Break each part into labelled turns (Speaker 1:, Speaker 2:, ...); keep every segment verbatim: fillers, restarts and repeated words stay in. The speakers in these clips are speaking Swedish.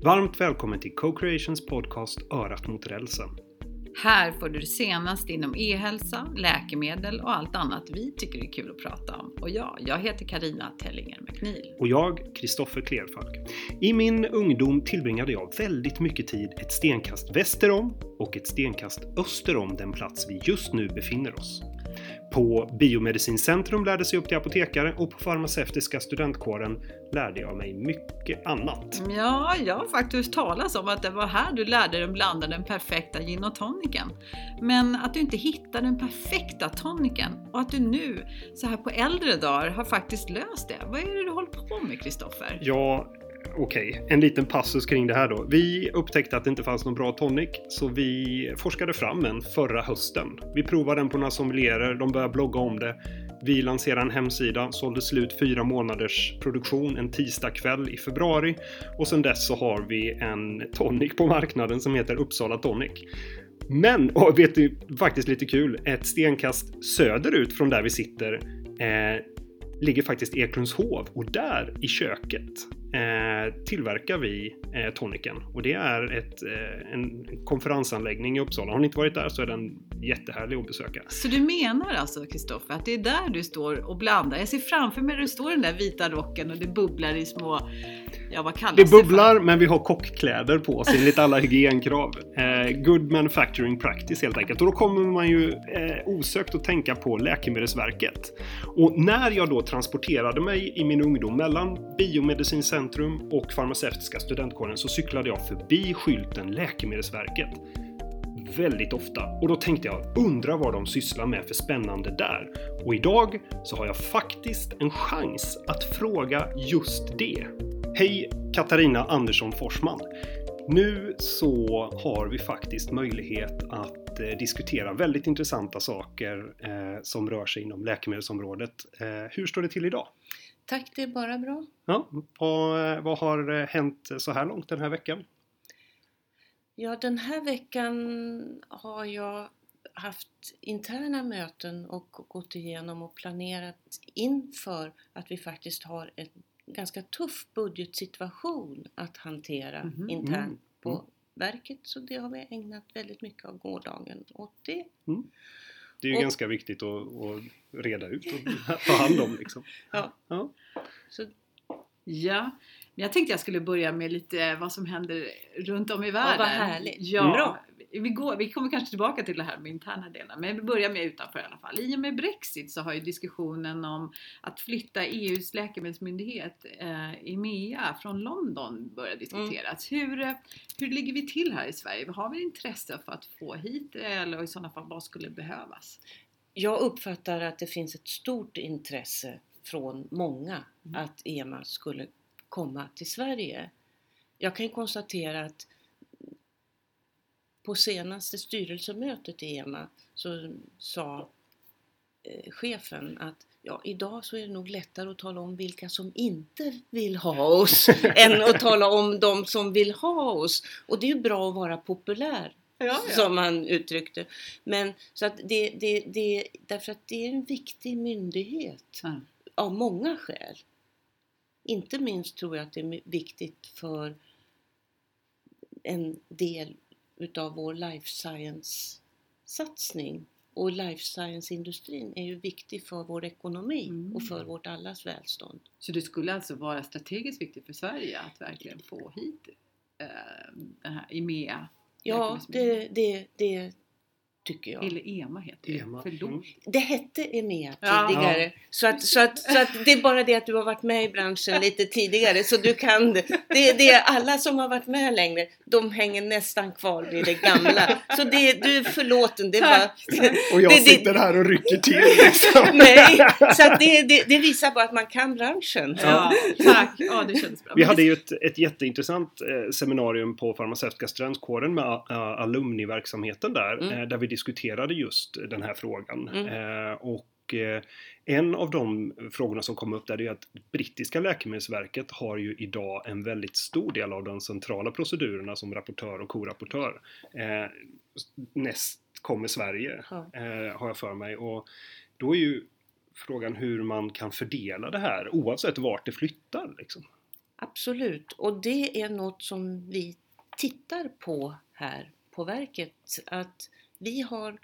Speaker 1: Varmt välkommen till Co-Creations podcast Örat mot rälsen.
Speaker 2: Här får du det senaste inom e-hälsa, läkemedel och allt annat vi tycker är kul att prata om. Och ja, jag heter Carina Tellinger McNeil.
Speaker 1: Och jag, Kristoffer Klerfalk. I min ungdom tillbringade jag väldigt mycket tid ett stenkast väster om och ett stenkast öster om den plats vi just nu befinner oss. På Biomedicincentrum lärde sig upp till apotekare och på farmaceutiska studentkåren lärde jag mig mycket annat.
Speaker 2: Ja, jag har faktiskt talat om att det var här du lärde dig blanda den perfekta gin och toniken. Men att du inte hittade den perfekta toniken och att du nu, så här på äldre dagar, har faktiskt löst det. Vad är det du håller på med, Kristoffer?
Speaker 1: Ja, okej. Okay. En liten passus kring det här då. Vi upptäckte att det inte fanns någon bra tonic, så vi forskade fram en förra hösten. Vi provade den på några sommelierer, de började blogga om det. Vi lanserade en hemsida, sålde slut fyra månaders produktion en tisdag kväll i februari. Och sedan dess så har vi en tonic på marknaden som heter Uppsala Tonic. Men, och vet du, faktiskt lite kul, ett stenkast söderut från där vi sitter eh, ligger faktiskt Eklundshov, och där i köket eh, tillverkar vi eh, toniken. Och det är ett, eh, en konferensanläggning i Uppsala. Har ni inte varit där så är den jättehärlig att besöka.
Speaker 2: Så du menar alltså, Kristoffer, att det är där du står och blandar? Jag ser framför mig att du står i den där vita rocken och det bubblar i små... Ja, vad kallas
Speaker 1: det?
Speaker 2: Det
Speaker 1: bubblar,
Speaker 2: för?
Speaker 1: Men vi har kockkläder på oss enligt alla hygienkrav. Eh, good manufacturing practice helt enkelt. Och då kommer man ju eh, osökt att tänka på Läkemedelsverket. Och när jag då transporterade mig i min ungdom mellan Biomedicincentrum och farmaceutiska studentkåren så cyklade jag förbi skylten Läkemedelsverket väldigt ofta. Och då tänkte jag, undra vad de sysslar med för spännande där. Och idag så har jag faktiskt en chans att fråga just det. Hej Katarina Andersson Forsman. Nu så har vi faktiskt möjlighet att eh, diskutera väldigt intressanta saker eh, som rör sig inom läkemedelsområdet. Eh, hur står det till idag?
Speaker 3: Tack, det är bara bra.
Speaker 1: Ja, vad, vad har hänt så här långt den här veckan?
Speaker 3: Ja, den här veckan har jag haft interna möten och gått igenom och planerat inför att vi faktiskt har en ganska tuff budgetsituation att hantera mm-hmm. internt mm. på mm. verket. Så det har vi ägnat väldigt mycket av gårdagen åt det.
Speaker 1: Mm. Det är ju och, ganska viktigt att, att reda ut och ta hand om liksom.
Speaker 3: Ja.
Speaker 1: Ja.
Speaker 3: Så,
Speaker 2: ja. Jag tänkte jag skulle börja med lite vad som händer runt om i världen.
Speaker 3: Ja, vad härligt.
Speaker 2: Ja, bra. Vi, går, vi kommer kanske tillbaka till det här med interna delen. Men vi börjar med utanför i alla fall. I och med Brexit så har ju diskussionen om att flytta E U:s läkemedelsmyndighet eh, E M E A från London börjat diskuteras. Mm. Hur, hur ligger vi till här i Sverige? Har vi intresse för att få hit eller i sådana fall vad skulle behövas?
Speaker 3: Jag uppfattar att det finns ett stort intresse från många mm. att E M A skulle komma till Sverige. Jag kan konstatera att på senaste styrelsemötet i E M A så sa eh, chefen att ja, idag så är det nog lättare att tala om vilka som inte vill ha oss än att tala om de som vill ha oss. Och det är ju bra att vara populär. Ja, ja. Som han uttryckte. Men så att det, det, det, därför att det är en viktig myndighet mm. av många skäl. Inte minst tror jag att det är viktigt för en del utav vår life science-satsning. Och life science-industrin är ju viktig för vår ekonomi mm. och för vårt allas välstånd.
Speaker 2: Så det skulle alltså vara strategiskt viktigt för Sverige att verkligen få hit äh, den här E M E A?
Speaker 3: Ja, det, det, det tycker jag.
Speaker 2: Eller E M A heter det.
Speaker 1: E M A.
Speaker 2: Förlåt.
Speaker 3: Det hette E M E A
Speaker 2: Ja.
Speaker 3: tidigare. Ja. Så, att, så, att, så att det är bara det att du har varit med i branschen lite tidigare. Så du kan det. Det, det är alla som har varit med längre. De hänger nästan kvar vid det gamla. Så det, du är förlåten. Det var,
Speaker 1: och jag
Speaker 3: det,
Speaker 1: sitter
Speaker 3: det,
Speaker 1: här och rycker till. Liksom.
Speaker 3: Nej, så att det, det, det visar bara att man kan branschen.
Speaker 2: Ja, tack. Ja, det känns bra.
Speaker 1: Vi hade ju ett, ett jätteintressant eh, seminarium på farmaceutiska studentkåren med uh, alumniverksamheten där. Mm. Eh, där vi diskuterade just den här frågan. Mm. Eh, och eh, en av de frågorna som kom upp där är att brittiska läkemedelsverket har ju idag en väldigt stor del av de centrala procedurerna som rapportör och korapportör. Eh, näst kommer Sverige,
Speaker 3: ja.
Speaker 1: eh, har jag för mig. Och då är ju frågan hur man kan fördela det här oavsett vart det flyttar liksom.
Speaker 3: absolut. Och det är något som vi tittar på här på verket. Att vi har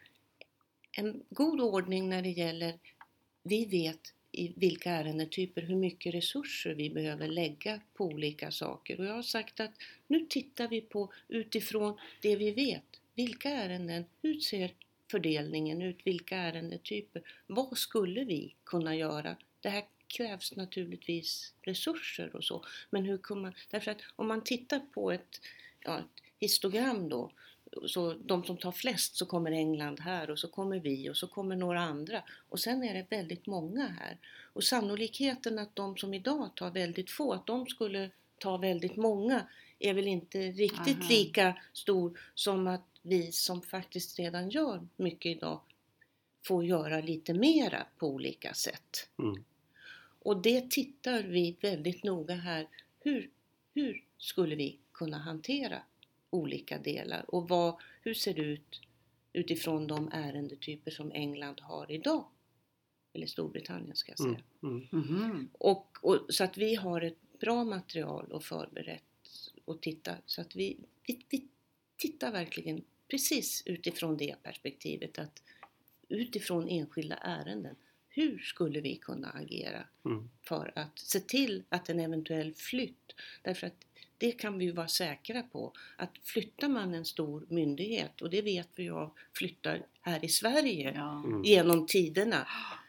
Speaker 3: en god ordning när det gäller, vi vet i vilka ärendetyper, hur mycket resurser vi behöver lägga på olika saker. Och jag har sagt att nu tittar vi på utifrån det vi vet. Vilka ärenden, hur ser fördelningen ut, vilka ärendetyper, vad skulle vi kunna göra? Det här krävs naturligtvis resurser och så. Men hur kommer man, därför att om man tittar på ett, ja, ett histogram då, så de som tar flest, så kommer England här och så kommer vi och så kommer några andra. Och sen är det väldigt många här. Och sannolikheten att de som idag tar väldigt få, att de skulle ta väldigt många, är väl inte riktigt
Speaker 2: Aha.
Speaker 3: lika stor som att vi som faktiskt redan gör mycket idag får göra lite mera på olika sätt.
Speaker 1: Mm.
Speaker 3: Och det tittar vi väldigt noga här. Hur, hur skulle vi kunna hantera olika delar? Och vad, hur ser det ut utifrån de ärendetyper som England har idag? Eller Storbritannien ska jag säga.
Speaker 1: Mm. Mm.
Speaker 2: Mhm.
Speaker 3: Och, och, så att vi har ett bra material och förberett och titta. Så att vi, vi, vi tittar verkligen precis utifrån det perspektivet. Att utifrån enskilda ärenden. Hur skulle vi kunna agera
Speaker 1: Mm.
Speaker 3: för att se till att en eventuell flytt, därför att det kan vi ju vara säkra på, att flyttar man en stor myndighet, och det vet vi ju flyttar här i Sverige
Speaker 2: Ja.
Speaker 1: Mm.
Speaker 3: genom tiderna,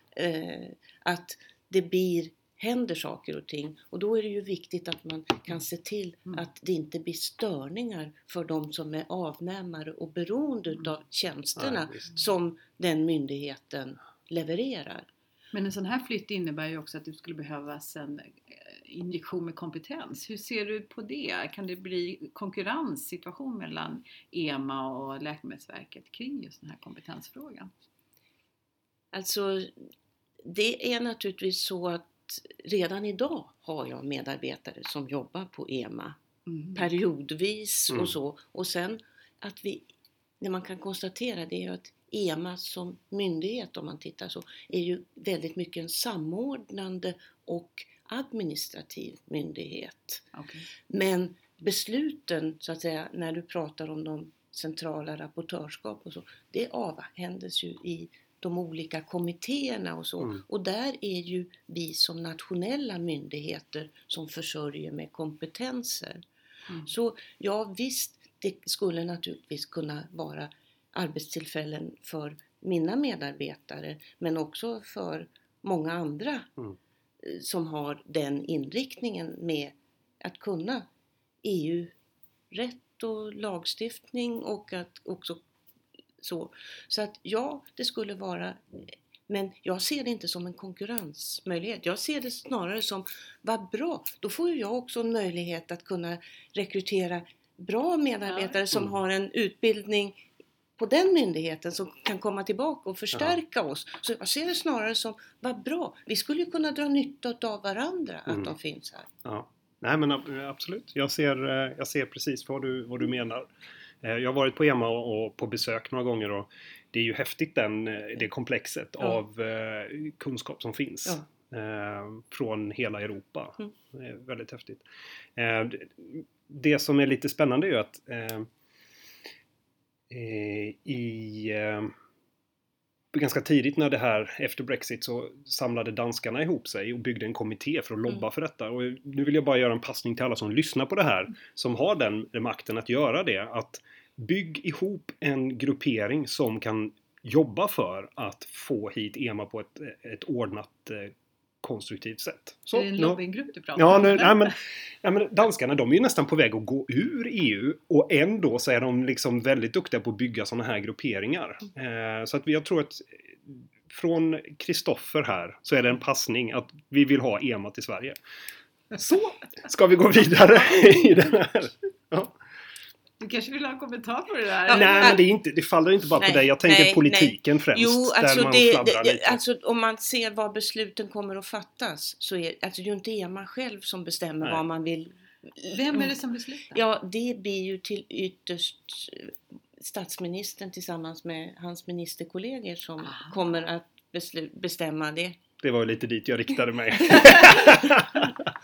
Speaker 3: eh, att det blir, händer saker och ting, och då är det ju viktigt att man kan se till
Speaker 2: Mm.
Speaker 3: att det inte blir störningar för de som är avnämare och beroende
Speaker 2: Mm.
Speaker 3: av tjänsterna
Speaker 1: Ja, visst.
Speaker 3: som den myndigheten levererar.
Speaker 2: Men en sån här flytt innebär ju också att det skulle behövas en injektion med kompetens. Hur ser du på det? Kan det bli konkurrenssituation mellan E M A och Läkemedelsverket kring just den här kompetensfrågan?
Speaker 3: Alltså, det är naturligtvis så att redan idag har jag medarbetare som jobbar på E M A
Speaker 2: Mm.
Speaker 3: periodvis
Speaker 1: Mm.
Speaker 3: och så. Och sen att vi, det man kan konstatera, det är ju att E M A som myndighet, om man tittar så, är ju väldigt mycket en samordnande och administrativ myndighet.
Speaker 2: Okay.
Speaker 3: Men besluten, så att säga, när du pratar om de centrala rapportörskap och så, det avhändes ju i de olika kommittéerna och så.
Speaker 1: Mm.
Speaker 3: Och där är ju vi som nationella myndigheter som försörjer med kompetenser.
Speaker 2: Mm.
Speaker 3: Så ja, visst, det skulle naturligtvis kunna vara arbetstillfällen för mina medarbetare, men också för många andra
Speaker 1: Mm.
Speaker 3: som har den inriktningen med att kunna E U-rätt och lagstiftning och att också så. Så att ja, det skulle vara, men jag ser det inte som en konkurrensmöjlighet. Jag ser det snarare som, vad bra, då får ju jag också en möjlighet att kunna rekrytera bra medarbetare
Speaker 2: Ja.
Speaker 3: som
Speaker 1: Mm.
Speaker 3: har en utbildning på den myndigheten som kan komma tillbaka och förstärka oss. Så jag ser det snarare som, vad bra, vi skulle ju kunna dra nytta av varandra
Speaker 1: Mm.
Speaker 3: att de finns här.
Speaker 1: Ja. Nej men absolut, jag ser, eh, jag ser precis vad du, vad du menar. Eh, Jag har varit på E M A och och på besök några gånger och det är ju häftigt den, eh, det komplexet
Speaker 3: Ja.
Speaker 1: av eh, kunskap som finns.
Speaker 3: Ja.
Speaker 1: Eh, från hela Europa.
Speaker 3: Mm.
Speaker 1: Det är väldigt häftigt. Eh, det, det som är lite spännande är ju att eh, eh, i eh, ganska tidigt när det här efter Brexit så samlade danskarna ihop sig och byggde en kommitté för att lobba
Speaker 3: Mm.
Speaker 1: för detta. Och nu vill jag bara göra en passning till alla som lyssnar på det här, som har den, den makten att göra det. Att bygg ihop en gruppering som kan jobba för att få hit E M A på ett, ett ordnat eh, konstruktivt sätt. Så,
Speaker 2: är det en
Speaker 1: nu-
Speaker 2: lobbyinggrupp du pratar
Speaker 1: Ja,
Speaker 2: om?
Speaker 1: nu,
Speaker 2: eller?
Speaker 1: nej, men, nej, men danskarna de är ju nästan på väg att gå ur E U och ändå så är de liksom väldigt duktiga på att bygga sådana här grupperingar. Eh, så att vi, jag tror att från Kristoffer här så är det en passning att vi vill ha E M A till Sverige. Så ska vi gå vidare i den här. Ja.
Speaker 2: Du kanske vill ha en kommentar på det där?
Speaker 3: Ja,
Speaker 1: Nej, men det, är inte, det faller inte bara
Speaker 3: Nej,
Speaker 1: på dig. Jag tänker
Speaker 3: nej,
Speaker 1: politiken främst.
Speaker 3: Jo, alltså,
Speaker 1: där man
Speaker 3: det,
Speaker 1: fladdrar
Speaker 3: det,
Speaker 1: lite.
Speaker 3: alltså om man ser var besluten kommer att fattas så är alltså, det är ju inte E M A själv som bestämmer
Speaker 1: Nej.
Speaker 3: vad man vill.
Speaker 2: Vem är det som beslutar?
Speaker 3: Ja, det blir ju till ytterst statsministern tillsammans med hans ministerkollegor som
Speaker 2: Aha.
Speaker 3: kommer att beslu- bestämma det.
Speaker 1: Det var ju lite dit jag riktade mig.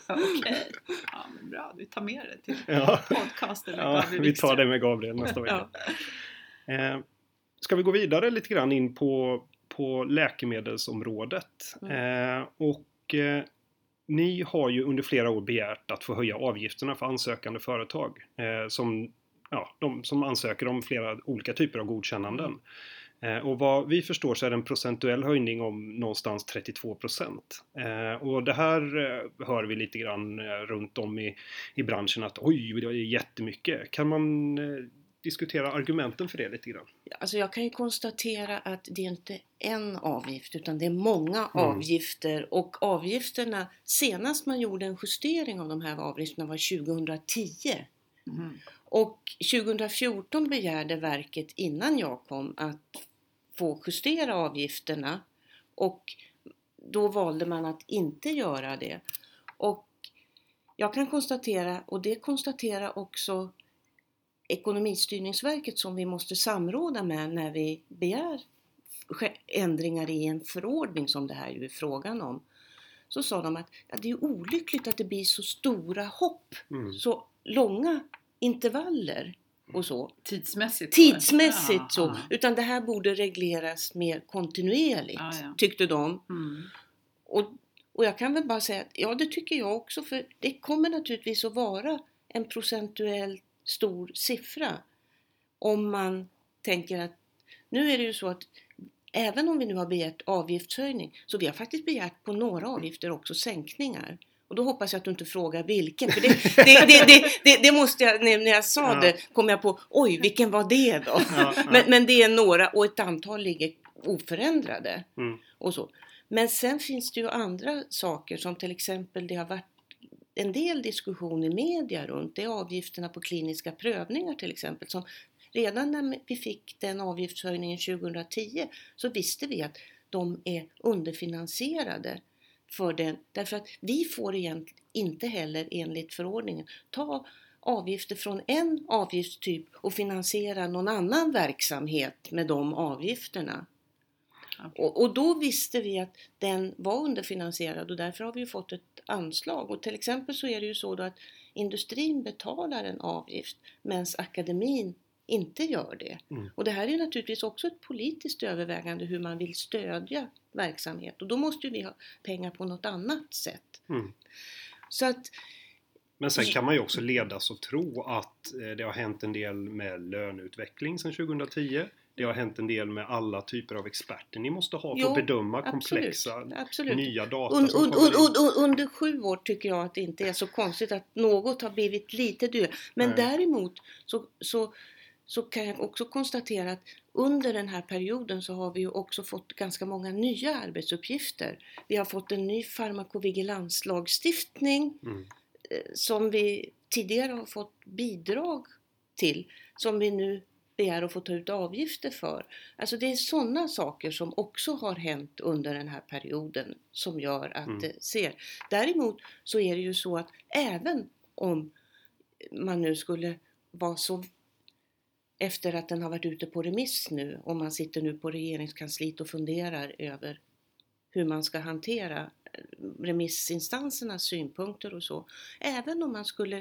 Speaker 2: Okej. Ja, men bra. Du tar med det till
Speaker 1: Ja,
Speaker 2: podcasten med
Speaker 1: ja
Speaker 2: Gabriel
Speaker 1: vi tar
Speaker 2: Wikström.
Speaker 1: det med Gabriel nästa vecka.
Speaker 3: Ja.
Speaker 1: Eh, ska vi gå vidare lite grann in på, på läkemedelsområdet?
Speaker 3: Mm.
Speaker 1: Eh, och eh, ni har ju under flera år begärt att få höja avgifterna för ansökande företag eh, som, ja, de som ansöker om flera olika typer av godkännanden. Eh, och vad vi förstår så är det en procentuell höjning om någonstans trettiotvå procent. Eh, och det här eh, hör vi lite grann eh, runt om i, i branschen att oj, det är jättemycket. Kan man eh, diskutera argumenten för det lite grann?
Speaker 3: Alltså jag kan ju konstatera att det är inte en avgift utan det är många
Speaker 1: Mm.
Speaker 3: avgifter, och avgifterna, senast man gjorde en justering av de här avgifterna var tjugohundratio.
Speaker 2: Mm.
Speaker 3: Och tjugohundrafjorton begärde verket innan jag kom att få justera avgifterna, och då valde man att inte göra det. Och jag kan konstatera, och det konstaterar också Ekonomistyrningsverket som vi måste samråda med när vi begär ändringar i en förordning som det här ju är frågan om. Så sa de att ja, det är olyckligt att det blir så stora hopp,
Speaker 1: Mm.
Speaker 3: så långa intervaller och så.
Speaker 2: Tidsmässigt?
Speaker 3: Tidsmässigt
Speaker 2: Ja,
Speaker 3: så.
Speaker 2: ja.
Speaker 3: Utan det här borde regleras mer kontinuerligt,
Speaker 2: Ja, ja.
Speaker 3: tyckte de.
Speaker 2: Mm.
Speaker 3: Och, och jag kan väl bara säga att ja, det tycker jag också, för det kommer naturligtvis att vara en procentuell stor siffra om man tänker att nu är det ju så att även om vi nu har begärt avgiftshöjning, så vi har faktiskt begärt på några avgifter också sänkningar. Och då hoppas jag att du inte frågar vilken, för det, det, det, det, det, det måste jag, när jag sa
Speaker 1: Ja.
Speaker 3: det kom jag på, oj vilken var det då?
Speaker 1: Ja, ja.
Speaker 3: Men, men det är några, och ett antal ligger oförändrade
Speaker 1: Mm.
Speaker 3: och så. Men sen finns det ju andra saker som till exempel det har varit en del diskussion i media runt, det är avgifterna på kliniska prövningar till exempel, som redan när vi fick den avgiftshöjningen tjugohundratio så visste vi att de är underfinansierade för den, därför att vi får egentligen inte heller enligt förordningen ta avgifter från en avgiftstyp och finansiera någon annan verksamhet med de avgifterna.
Speaker 2: Okay.
Speaker 3: Och, och då visste vi att den var underfinansierad, och därför har vi ju fått ett anslag. Och till exempel så är det ju så då att industrin betalar en avgift medan akademin inte gör det.
Speaker 1: Mm.
Speaker 3: Och det här är naturligtvis också ett politiskt övervägande hur man vill stödja verksamhet. Och då måste ju vi ha pengar på något annat sätt.
Speaker 1: Mm.
Speaker 3: Så att,
Speaker 1: Men sen kan man ju också ledas och tro att eh, det har hänt en del med löneutveckling sedan tjugohundratio. Det har hänt en del med alla typer av experter ni måste ha för
Speaker 3: Jo,
Speaker 1: att bedöma
Speaker 3: absolut,
Speaker 1: komplexa
Speaker 3: absolut.
Speaker 1: nya data
Speaker 3: Und,
Speaker 1: som
Speaker 3: und,
Speaker 1: kommer
Speaker 3: und,
Speaker 1: in.
Speaker 3: und, under sju år tycker jag att det inte är så konstigt att något har blivit lite dyrare. Men
Speaker 1: Nej.
Speaker 3: däremot så, så, så kan jag också konstatera att under den här perioden så har vi ju också fått ganska många nya arbetsuppgifter. Vi har fått en ny farmakovigilanslagstiftning
Speaker 1: Mm.
Speaker 3: eh, som vi tidigare har fått bidrag till, som vi nu begär att få ta ut avgifter för. Alltså det är sådana saker som också har hänt under den här perioden som gör att
Speaker 1: Mm.
Speaker 3: det ser. Däremot så är det ju så att även om man nu skulle vara så, efter att den har varit ute på remiss nu, och man sitter nu på regeringskansliet och funderar över hur man ska hantera remissinstansernas synpunkter och så. Även om man skulle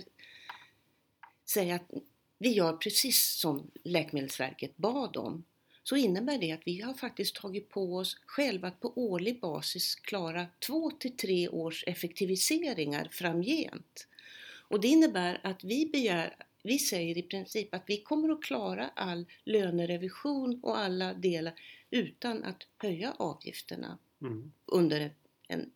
Speaker 3: säga att vi gör precis som Läkemedelsverket bad om, så innebär det att vi har faktiskt tagit på oss själva att på årlig basis klara två till tre års effektiviseringar framgent. Och det innebär att vi begär, vi säger i princip att vi kommer att klara all lönerevision och alla delar utan att höja avgifterna
Speaker 1: Mm.
Speaker 3: under en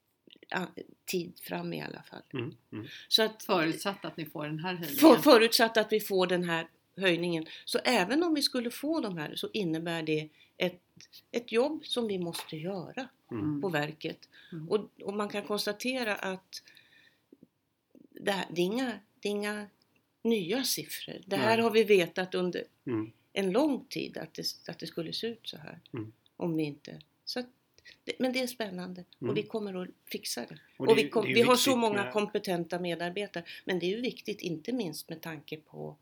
Speaker 3: tid fram i alla fall.
Speaker 1: Mm. Mm.
Speaker 3: Så att,
Speaker 2: Förutsatt att ni får den här höjningen.
Speaker 3: för, förutsatt att vi får den här höjningen. Så även om vi skulle få de här så innebär det ett, ett jobb som vi måste göra
Speaker 1: Mm.
Speaker 3: på verket.
Speaker 2: Mm.
Speaker 3: Och, och man kan konstatera att det, här, det, är inga, det är inga nya siffror. Det här
Speaker 1: Nej.
Speaker 3: har vi vetat under
Speaker 1: Mm.
Speaker 3: en lång tid att det, att det skulle se ut så här.
Speaker 1: Mm.
Speaker 3: Om vi inte... Så att, det, men det är spännande
Speaker 1: Mm.
Speaker 3: och vi kommer att fixa det.
Speaker 1: Och
Speaker 3: Och,
Speaker 1: det-
Speaker 3: vi, kom,
Speaker 1: det är ju
Speaker 3: vi har så
Speaker 1: viktigt
Speaker 3: många
Speaker 1: med-
Speaker 3: kompetenta medarbetare. Men det är ju viktigt, inte minst med tanke på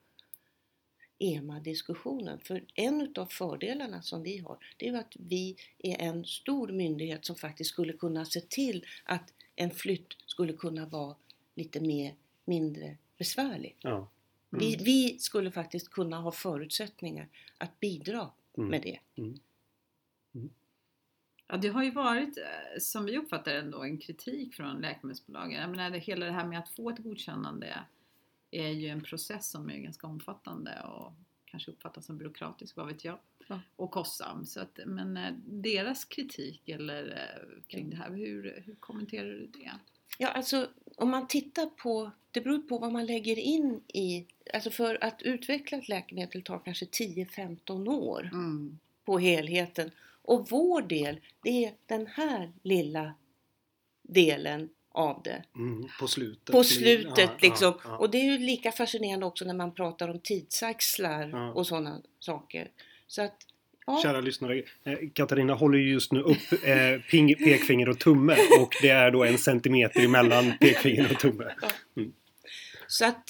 Speaker 3: E M A-diskussionen. För en av fördelarna som vi har, det är ju att vi är en stor myndighet som faktiskt skulle kunna se till att en flytt skulle kunna vara lite mer, mindre besvärlig.
Speaker 1: Ja. Mm.
Speaker 3: Vi, vi skulle faktiskt kunna ha förutsättningar att bidra
Speaker 1: Mm.
Speaker 3: med det.
Speaker 1: Mm.
Speaker 2: Ja, det har ju varit, som vi uppfattar ändå, en kritik från läkemedelsbolagen. Jag menar, det, hela det här med att få ett godkännande är ju en process som är ganska omfattande och kanske uppfattas som byråkratisk, vad vet jag,
Speaker 3: Ja.
Speaker 2: och kostsam. Så att, men deras kritik eller kring det här, hur, hur kommenterar du det?
Speaker 3: Ja, alltså om man tittar på, det beror på vad man lägger in i, alltså för att utveckla ett läkemedel tar kanske tio till femton år
Speaker 2: Mm.
Speaker 3: på helheten. Och vår del, det är den här lilla delen av det.
Speaker 1: Mm. På slutet.
Speaker 3: På slutet
Speaker 1: Ja,
Speaker 3: liksom.
Speaker 1: ja, ja.
Speaker 3: Och det är ju lika fascinerande också när man pratar om tidsaxlar
Speaker 1: Ja.
Speaker 3: och sådana saker. Så att, ja.
Speaker 1: Kära lyssnare, eh, Katarina håller ju just nu upp eh, ping, pekfinger och tumme och det är då en centimeter emellan pekfinger och tumme. Mm.
Speaker 3: Så att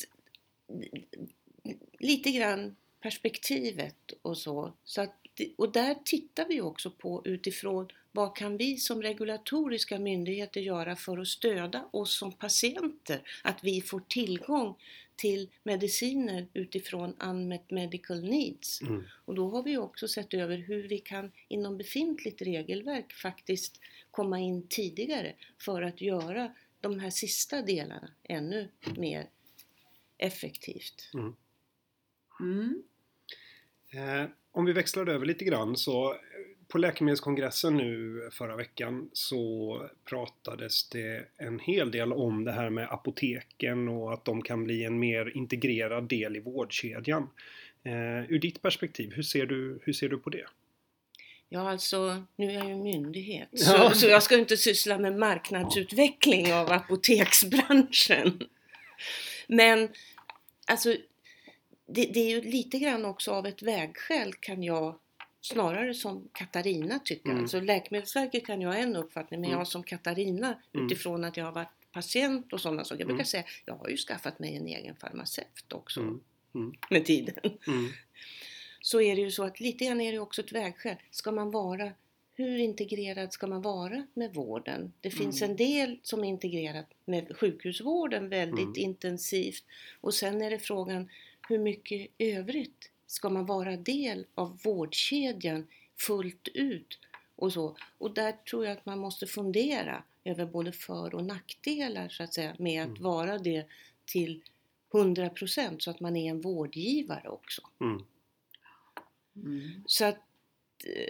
Speaker 3: lite grann perspektivet och så. Så att, och där tittar vi också på utifrån vad kan vi som regulatoriska myndigheter göra för att stödja oss som patienter. Att vi får tillgång till mediciner utifrån unmet medical needs.
Speaker 1: Mm.
Speaker 3: Och då har vi också sett över hur vi kan inom befintligt regelverk faktiskt komma in tidigare för att göra de här sista delarna ännu mer effektivt.
Speaker 1: Mm.
Speaker 2: Mm.
Speaker 1: Eh, om vi växlar över lite grann så på läkemedelskongressen nu förra veckan så pratades det en hel del om det här med apoteken och att de kan bli en mer integrerad del i vårdkedjan. Eh, ur ditt perspektiv, hur ser du, hur ser du på det?
Speaker 3: Ja, alltså nu är jag ju myndighet
Speaker 1: Ja.
Speaker 3: så, så jag ska inte syssla med marknadsutveckling av apoteksbranschen. Men alltså det, det är ju lite grann också av ett vägskäl kan jag snarare som Katarina tycker.
Speaker 1: Mm.
Speaker 3: Alltså Läkemedelsverket kan ju ha en uppfattning men
Speaker 1: Mm.
Speaker 3: jag som Katarina
Speaker 1: Mm.
Speaker 3: utifrån att jag har varit patient och sådana saker. Jag brukar
Speaker 1: Mm.
Speaker 3: säga jag har ju skaffat mig en egen farmaceut också
Speaker 1: Mm. Mm.
Speaker 3: med tiden.
Speaker 1: Mm.
Speaker 3: Så är det ju så att lite grann är det också ett vägskäl. Ska man vara, hur integrerad ska man vara med vården? Det finns
Speaker 2: Mm.
Speaker 3: en del som är integrerat med sjukhusvården väldigt
Speaker 1: Mm.
Speaker 3: intensivt. Och sen är det frågan hur mycket övrigt ska man vara del av vårdkedjan fullt ut och så. Och där tror jag att man måste fundera över både för- och nackdelar så att säga med att
Speaker 1: Mm.
Speaker 3: vara det till hundra procent så att man är en vårdgivare också.
Speaker 1: Mm.
Speaker 2: Mm.
Speaker 3: Så att, eh,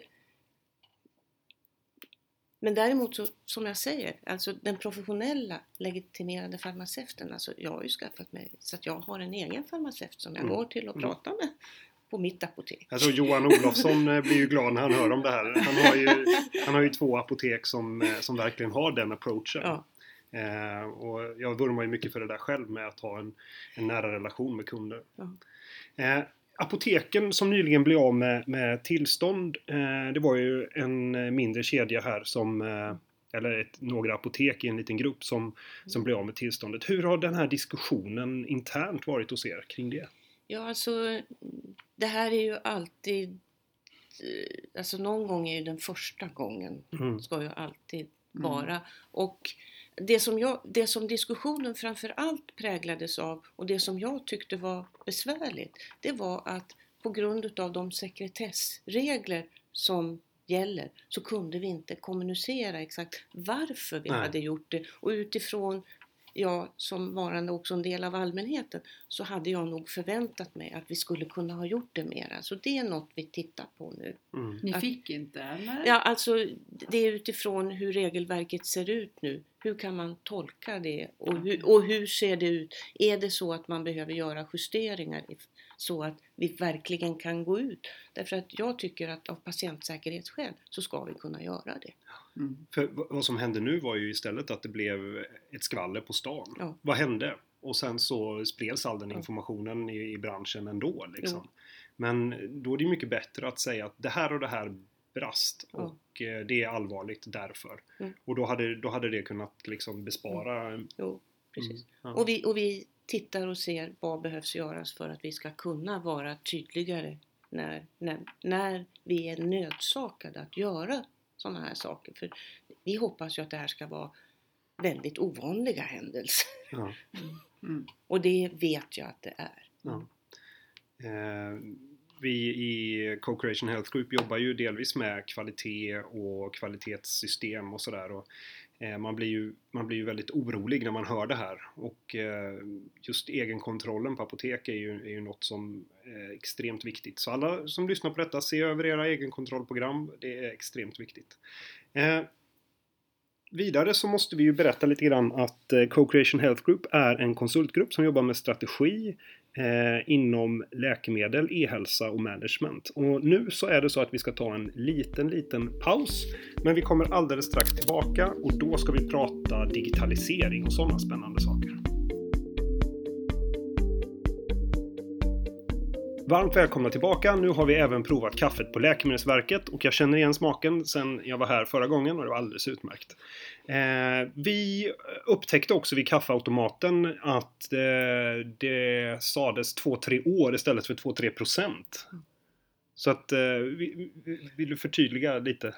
Speaker 3: men däremot så, som jag säger, alltså den professionella legitimerade farmaceuten, alltså jag har ju skaffat mig så att jag har en egen farmaceut som jag
Speaker 1: Mm.
Speaker 3: går till och
Speaker 1: Mm.
Speaker 3: pratar med på mitt apotek.
Speaker 1: Jag tror Johan Olofsson eh, blir ju glad när han hör om det här. Han har ju, han har ju två apotek som, eh, som verkligen har den approachen.
Speaker 3: Ja.
Speaker 1: Eh, och jag vurmar ju mycket för det där själv med att ha en, en nära relation med kunder.
Speaker 3: Ja.
Speaker 1: Eh, apoteken som nyligen blev av med, med tillstånd, eh, det var ju en eh, mindre kedja här som, eh, eller ett, några apotek i en liten grupp som, som blev av med tillståndet. Hur har den här diskussionen internt varit hos er kring det?
Speaker 3: Ja, alltså det här är ju alltid, eh, alltså någon gång är ju den första gången,
Speaker 1: Mm.
Speaker 3: ska ju alltid
Speaker 2: Mm.
Speaker 3: vara. Och det som, jag, det som diskussionen framför allt präglades av och det som jag tyckte var besvärligt, det var att på grund av de sekretessregler som gäller så kunde vi inte kommunicera exakt varför vi
Speaker 1: Nej.
Speaker 3: hade gjort det. Och utifrån jag som varande också en del av allmänheten så hade jag nog förväntat mig att vi skulle kunna ha gjort det mera. Så det är något vi tittar på nu.
Speaker 1: Mm.
Speaker 2: Ni
Speaker 3: Att-
Speaker 2: fick inte, eller?
Speaker 3: Ja, alltså det är utifrån hur regelverket ser ut nu. Hur kan man tolka det? Och hur, och hur ser det ut? Är det så att man behöver göra justeringar i- så att vi verkligen kan gå ut? Därför att jag tycker att av patientsäkerhetsskäl så ska vi kunna göra det.
Speaker 2: Mm.
Speaker 1: För v- vad som hände nu var ju istället att det blev ett skvaller på stan.
Speaker 3: Ja.
Speaker 1: Vad hände? Och sen så spreds all den
Speaker 3: Ja.
Speaker 1: informationen i, i branschen ändå. Liksom.
Speaker 3: Jo.
Speaker 1: Men då är det mycket bättre att säga att det här och det här brast
Speaker 3: Ja.
Speaker 1: och eh, det är allvarligt därför.
Speaker 3: Mm.
Speaker 1: Och då hade, då hade det kunnat liksom bespara...
Speaker 3: Jo, precis.
Speaker 1: Mm, ja.
Speaker 3: Och, vi, och vi tittar och ser vad behövs göras för att vi ska kunna vara tydligare när, när, när vi är nödsakade att göra sådana här saker. För vi hoppas ju att det här ska vara väldigt ovanliga händelser.
Speaker 1: Ja.
Speaker 2: Mm.
Speaker 3: Och det vet jag att det är.
Speaker 1: Ja. Eh, vi i Co-Creation Health Group jobbar ju delvis med kvalitet och kvalitetssystem och sådär. Och eh, man blir ju, man blir ju väldigt orolig när man hör det här. Och eh, just egenkontrollen på apotek är ju, är ju något som är extremt viktigt. Så alla som lyssnar på detta, se över era egenkontrollprogram. Det är extremt viktigt. Eh, Vidare så måste vi ju berätta lite grann att Co-Creation Health Group är en konsultgrupp som jobbar med strategi eh, inom läkemedel, e-hälsa och management. Och nu så är det så att vi ska ta en liten, liten paus. Men vi kommer alldeles strax tillbaka och då ska vi prata digitalisering och sådana spännande saker. Varmt välkomna tillbaka. Nu har vi även provat kaffet på Läkemedelsverket och jag känner igen smaken sen jag var här förra gången och det var alldeles utmärkt. Eh, vi upptäckte också vid kaffeautomaten att eh, det sades två till tre år istället för två till tre procent. Så att, eh, vi, vill du förtydliga lite?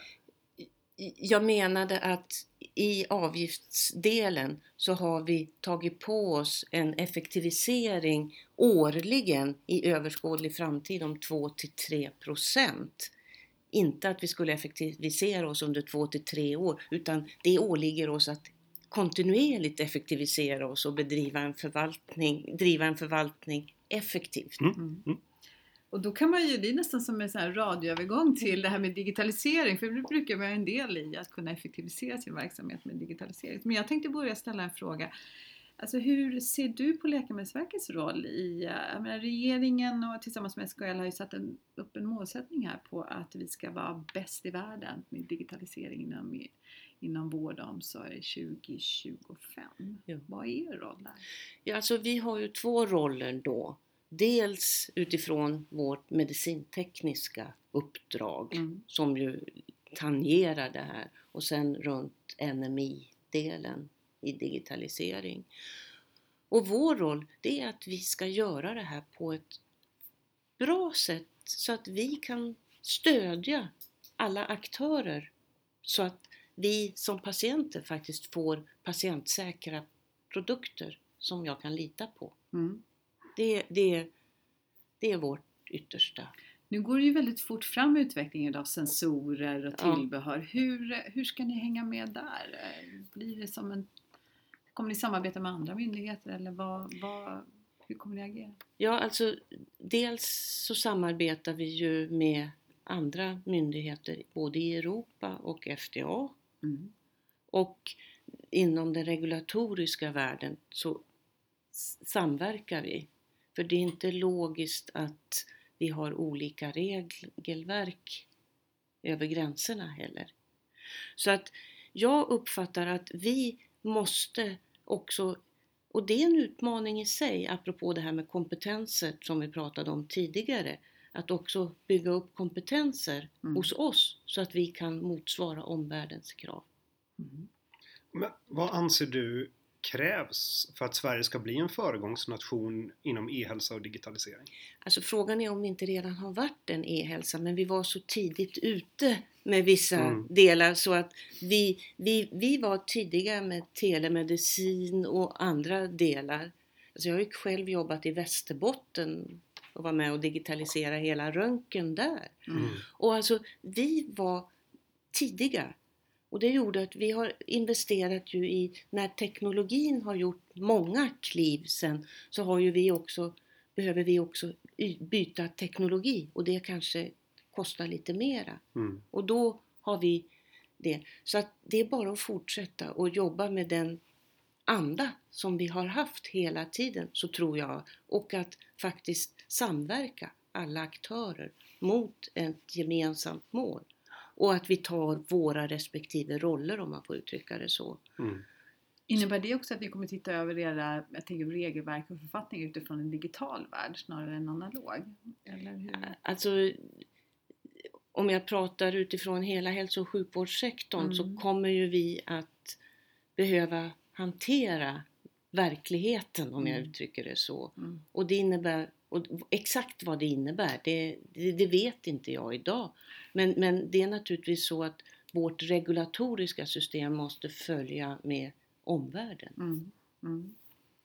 Speaker 3: Jag menade att i avgiftsdelen så har vi tagit på oss en effektivisering årligen i överskådlig framtid om två till tre procent. Inte att vi skulle effektivisera oss under två till tre år, utan det åligger oss att kontinuerligt effektivisera oss och bedriva en förvaltning, driva en förvaltning effektivt.
Speaker 1: Mm. Mm.
Speaker 2: Och då kan man ju, det är nästan som en sån här radioövergång till det här med digitalisering. För det brukar vara en del i att kunna effektivisera sin verksamhet med digitalisering. Men jag tänkte börja ställa en fråga. Alltså hur ser du på Läkemedelsverkets roll i, jag menar, regeringen och tillsammans med S K L har ju satt en, upp en målsättning här på att vi ska vara bäst i världen med digitalisering inom, inom vård och omsorg tjugo tjugofem. Ja. Vad är er roll där?
Speaker 3: Ja, alltså vi har ju två roller då. Dels utifrån vårt medicintekniska uppdrag mm. som ju tangerar det här och sen runt N M I-delen i digitalisering. Och vår roll det är att vi ska göra det här på ett bra sätt så att vi kan stödja alla aktörer så att vi som patienter faktiskt får patientsäkra produkter som jag kan lita på. Mm. Det, det, det är vårt yttersta.
Speaker 2: Nu går det ju väldigt fort fram utvecklingen av sensorer och tillbehör. Ja. Hur, hur ska ni hänga med där? Blir det som en, kommer ni samarbeta med andra myndigheter eller vad, vad, hur kommer ni agera?
Speaker 3: Ja, alltså dels så samarbetar vi ju med andra myndigheter både i Europa och F D A. Mm. Och inom den regulatoriska världen så samverkar vi. För det är inte logiskt att vi har olika regelverk över gränserna heller. Så att jag uppfattar att vi måste också, och det är en utmaning i sig apropå det här med kompetenser som vi pratade om tidigare, att också bygga upp kompetenser mm. hos oss så att vi kan motsvara omvärldens krav.
Speaker 1: Mm. Men vad anser du krävs för att Sverige ska bli en föregångsnation inom e-hälsa och digitalisering?
Speaker 3: Alltså frågan är om vi inte redan har varit en e-hälsa, men vi var så tidigt ute med vissa mm. delar så att vi, vi, vi var tidiga med telemedicin och andra delar. Alltså jag har ju själv jobbat i Västerbotten och var med och digitalisera hela röntgen där. Mm. Och alltså vi var tidiga. Och det gjorde att vi har investerat ju i, när teknologin har gjort många kliv sen, så har ju vi också, behöver vi också byta teknologi. Och det kanske kostar lite mera. Mm. Och då har vi det. Så att det är bara att fortsätta och jobba med den anda som vi har haft hela tiden, så tror jag. Och att faktiskt samverka alla aktörer mot ett gemensamt mål. Och att vi tar våra respektive roller, om man får uttrycka det så. Mm.
Speaker 2: Innebär det också att ni kommer titta över era, jag tänker, regelverk och författning utifrån en digital värld snarare än analog? Eller hur?
Speaker 3: Alltså, om jag pratar utifrån hela hälso- och sjukvårdssektorn mm. så kommer ju vi att behöva hantera verkligheten, om jag mm. uttrycker det så. Mm. Och det innebär, och exakt vad det innebär, det, det, det vet inte jag idag. Men, men det är naturligtvis så att vårt regulatoriska system måste följa med omvärlden.
Speaker 2: Mm. Mm.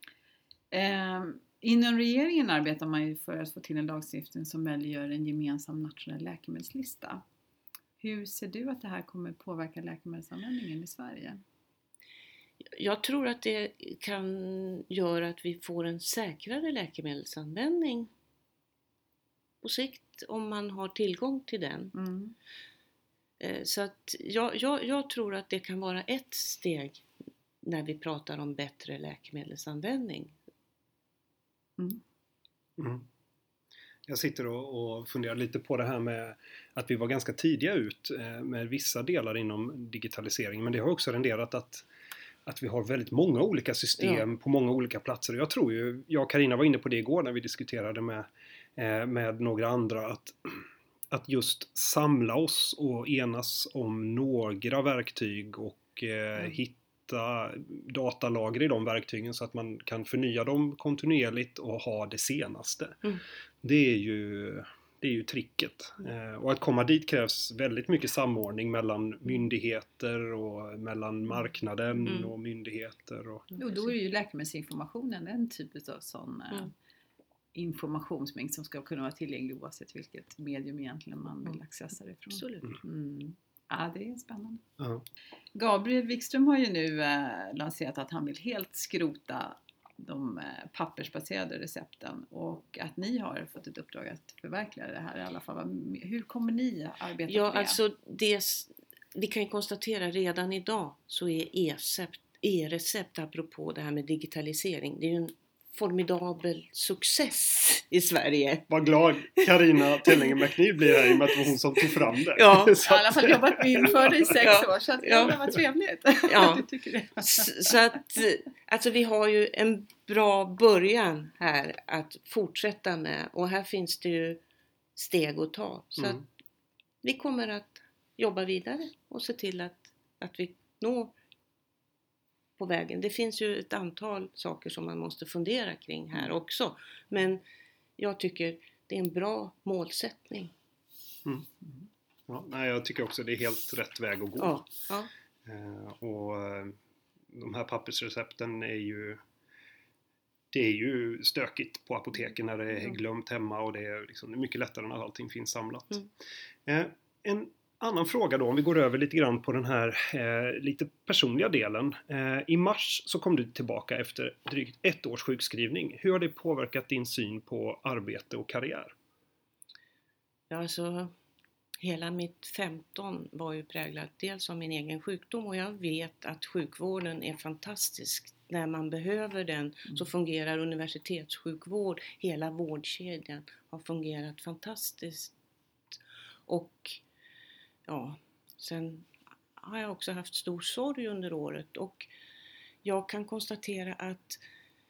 Speaker 2: Eh, inom regeringen arbetar man ju för att få till en lagstiftning som möjliggör en gemensam nationell läkemedelslista. Hur ser du att det här kommer påverka läkemedelsanvändningen i Sverige?
Speaker 3: Jag tror att det kan göra att vi får en säkrare läkemedelsanvändning på sikt om man har tillgång till den.
Speaker 2: Mm.
Speaker 3: Så att jag, jag, jag tror att det kan vara ett steg när vi pratar om bättre läkemedelsanvändning.
Speaker 2: Mm.
Speaker 1: Mm. Jag sitter och, och funderar lite på det här med att vi var ganska tidiga ut med vissa delar inom digitalisering, men det har också renderat att att vi har väldigt många olika system ja. på många olika platser. Jag tror ju, jag och Carina var inne på det igår när vi diskuterade med, eh, med några andra, att, att just samla oss och enas om några verktyg och eh, mm. hitta datalager i de verktygen så att man kan förnya dem kontinuerligt och ha det senaste. Mm. Det är ju... Det är ju tricket. Eh, och att komma dit krävs väldigt mycket samordning mellan myndigheter och mellan marknaden mm. och myndigheter. Och...
Speaker 2: Jo, då är ju läkemedelsinformationen en typ av sån eh, mm. informationsmängd som ska kunna vara tillgänglig oavsett vilket medium egentligen man vill accessa det ifrån.
Speaker 3: Absolut.
Speaker 2: Mm. Ja, det är spännande.
Speaker 1: Uh-huh.
Speaker 2: Gabriel Wikström har ju nu eh, lanserat att han vill helt skrota de pappersbaserade recepten och att ni har fått ett uppdrag att förverkliga det här i alla fall. Hur kommer ni arbeta
Speaker 3: ja,
Speaker 2: med det?
Speaker 3: Alltså det? Vi kan ju konstatera redan idag så är e-recept, e-recept apropå det här med digitalisering, det är ju en formidabel success i Sverige.
Speaker 1: Vad glad Carina Tellinger McNeil blir här i och med att det var hon som tog fram det.
Speaker 3: Ja,
Speaker 2: jag har i alla fall jobbat inför det i sex
Speaker 3: ja.
Speaker 2: år så att,
Speaker 3: ja.
Speaker 2: det var trevligt.
Speaker 3: Ja.
Speaker 2: Du tycker det.
Speaker 3: Så att alltså vi har ju en bra början här att fortsätta med och här finns det ju steg att ta. Så mm. att vi kommer att jobba vidare och se till att, att vi når på vägen. Det finns ju ett antal saker som man måste fundera kring här också. Men jag tycker det är en bra målsättning.
Speaker 1: Mm. Ja, nej, jag tycker också det är helt rätt väg att gå.
Speaker 3: Ja, ja.
Speaker 1: Eh, och de här pappersrecepten är ju det är ju stökigt på apoteken när det är glömt hemma och det är, liksom, det är mycket lättare när allting finns samlat. Mm. Eh, en annan fråga då, om vi går över lite grann på den här eh, lite personliga delen. Eh, I mars så kom du tillbaka efter drygt ett års sjukskrivning. Hur har det påverkat din syn på arbete och karriär?
Speaker 3: Ja, alltså hela mitt femton var ju präglat dels av min egen sjukdom och jag vet att sjukvården är fantastisk. När man behöver den så fungerar universitetssjukvård, hela vårdkedjan har fungerat fantastiskt. Och ja, sen har jag också haft stor sorg under året och jag kan konstatera att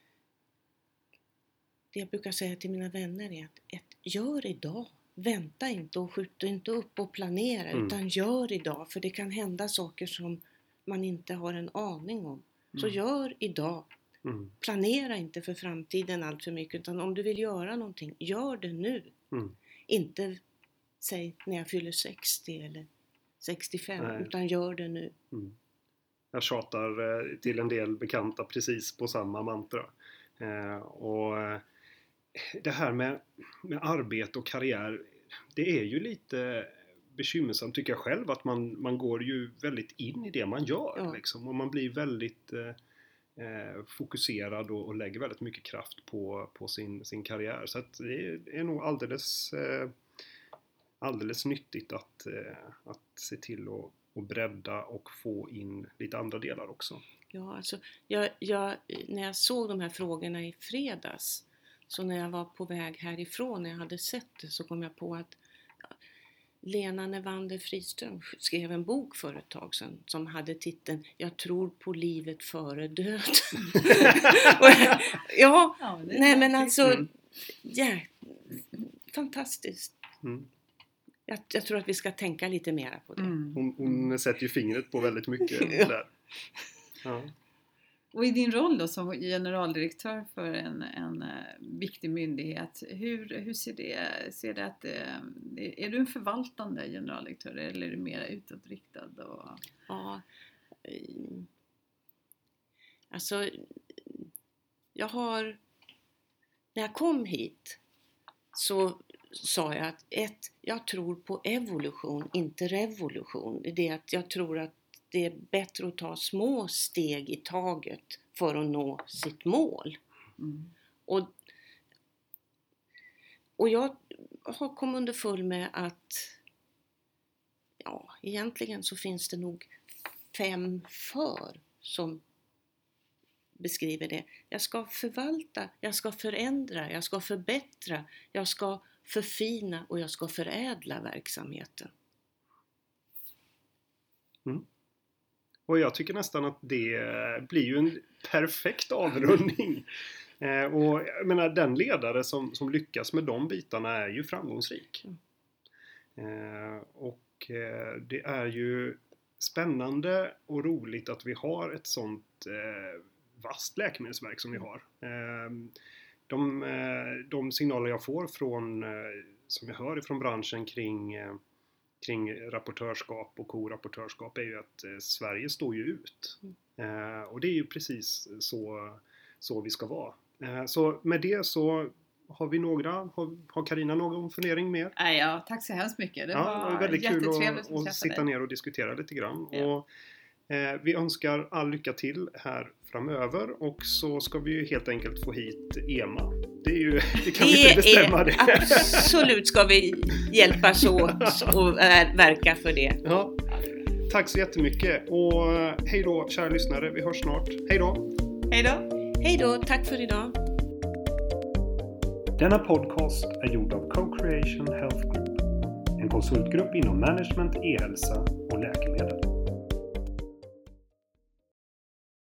Speaker 3: det jag brukar säga till mina vänner är att ett, gör idag. Vänta inte och skjuta inte upp och planera mm. utan gör idag för det kan hända saker som man inte har en aning om. Så mm. gör idag. Mm. Planera inte för framtiden allt för mycket utan om du vill göra någonting, gör det nu. Mm. Inte säg när jag fyller sextio eller sextiofem Nej. Utan gör det nu.
Speaker 1: Mm. Jag tjatar till en del bekanta precis på samma mantra. Eh, och det här med, med arbete och karriär, det är ju lite bekymmersamt tycker jag själv att man, man går ju väldigt in i det man gör ja. liksom, och man blir väldigt eh, fokuserad och, och lägger väldigt mycket kraft på, på sin, sin karriär så att det är, är nog alldeles eh, alldeles nyttigt att, eh, att se till att och bredda och få in lite andra delar också.
Speaker 3: Ja, alltså jag, jag, när jag såg de här frågorna i fredags så när jag var på väg härifrån när jag hade sett det så kom jag på att Lena Nevander Friström skrev en bok för ett tag sedan som hade titeln Jag tror på livet före död. ja, ja nej men alltså mm. ja, fantastiskt. Mm. Jag, jag tror att vi ska tänka lite mer på det.
Speaker 1: Mm. Hon, hon sätter ju fingret på väldigt mycket där. Ja.
Speaker 2: Och i din roll då som generaldirektör för en, en viktig myndighet, hur, hur ser det, ser det att, är du en förvaltande generaldirektör eller är du mer utåtriktad? Och...
Speaker 3: Ja, Alltså, jag har, när jag kom hit så sa jag att ett, jag tror på evolution, inte revolution. Det är att jag tror att det är bättre att ta små steg i taget för att nå sitt mål.
Speaker 2: Mm.
Speaker 3: Och, och jag har kommit underfull med att ja, egentligen så finns det nog fem för som beskriver det. Jag ska förvalta, jag ska förändra, jag ska förbättra, jag ska förfina och jag ska förädla verksamheten.
Speaker 1: Mm. Och jag tycker nästan att det blir ju en perfekt avrundning. Eh, och jag menar, den ledare som, som lyckas med de bitarna är ju framgångsrik.
Speaker 3: Mm.
Speaker 1: Eh, och eh, det är ju spännande och roligt att vi har ett sånt eh, vast läkemedelsverk som vi har. Eh, de, eh, de signaler jag får från, eh, som jag hör ifrån branschen kring eh, kring rapportörskap och korapportörskap är ju att eh, Sverige står ju ut. Eh, och det är ju precis så, så vi ska vara. Eh, så med det så har vi några, har Carina någon fundering mer?
Speaker 2: Nej, ja, tack så hemskt mycket. Det
Speaker 1: ja,
Speaker 2: var,
Speaker 1: det var väldigt kul
Speaker 2: jättetrevligt
Speaker 1: att, att sitta
Speaker 2: dig.
Speaker 1: ner och diskutera lite grann.
Speaker 2: Ja.
Speaker 1: Och, eh, vi önskar all lycka till här framöver och så ska vi ju helt enkelt få hit Ema. Det, är ju, det kan
Speaker 3: det
Speaker 1: vi inte bestämma
Speaker 3: är,
Speaker 1: det.
Speaker 3: Absolut ska vi hjälpas åt och verka för det.
Speaker 1: Ja. Tack så jättemycket och hej då kära lyssnare, vi hörs snart. Hej då!
Speaker 2: Hej då!
Speaker 3: Hej då, tack för idag.
Speaker 1: Denna podcast är gjord av Co-Creation Health Group, en konsultgrupp inom management, e-hälsa och läkemedel.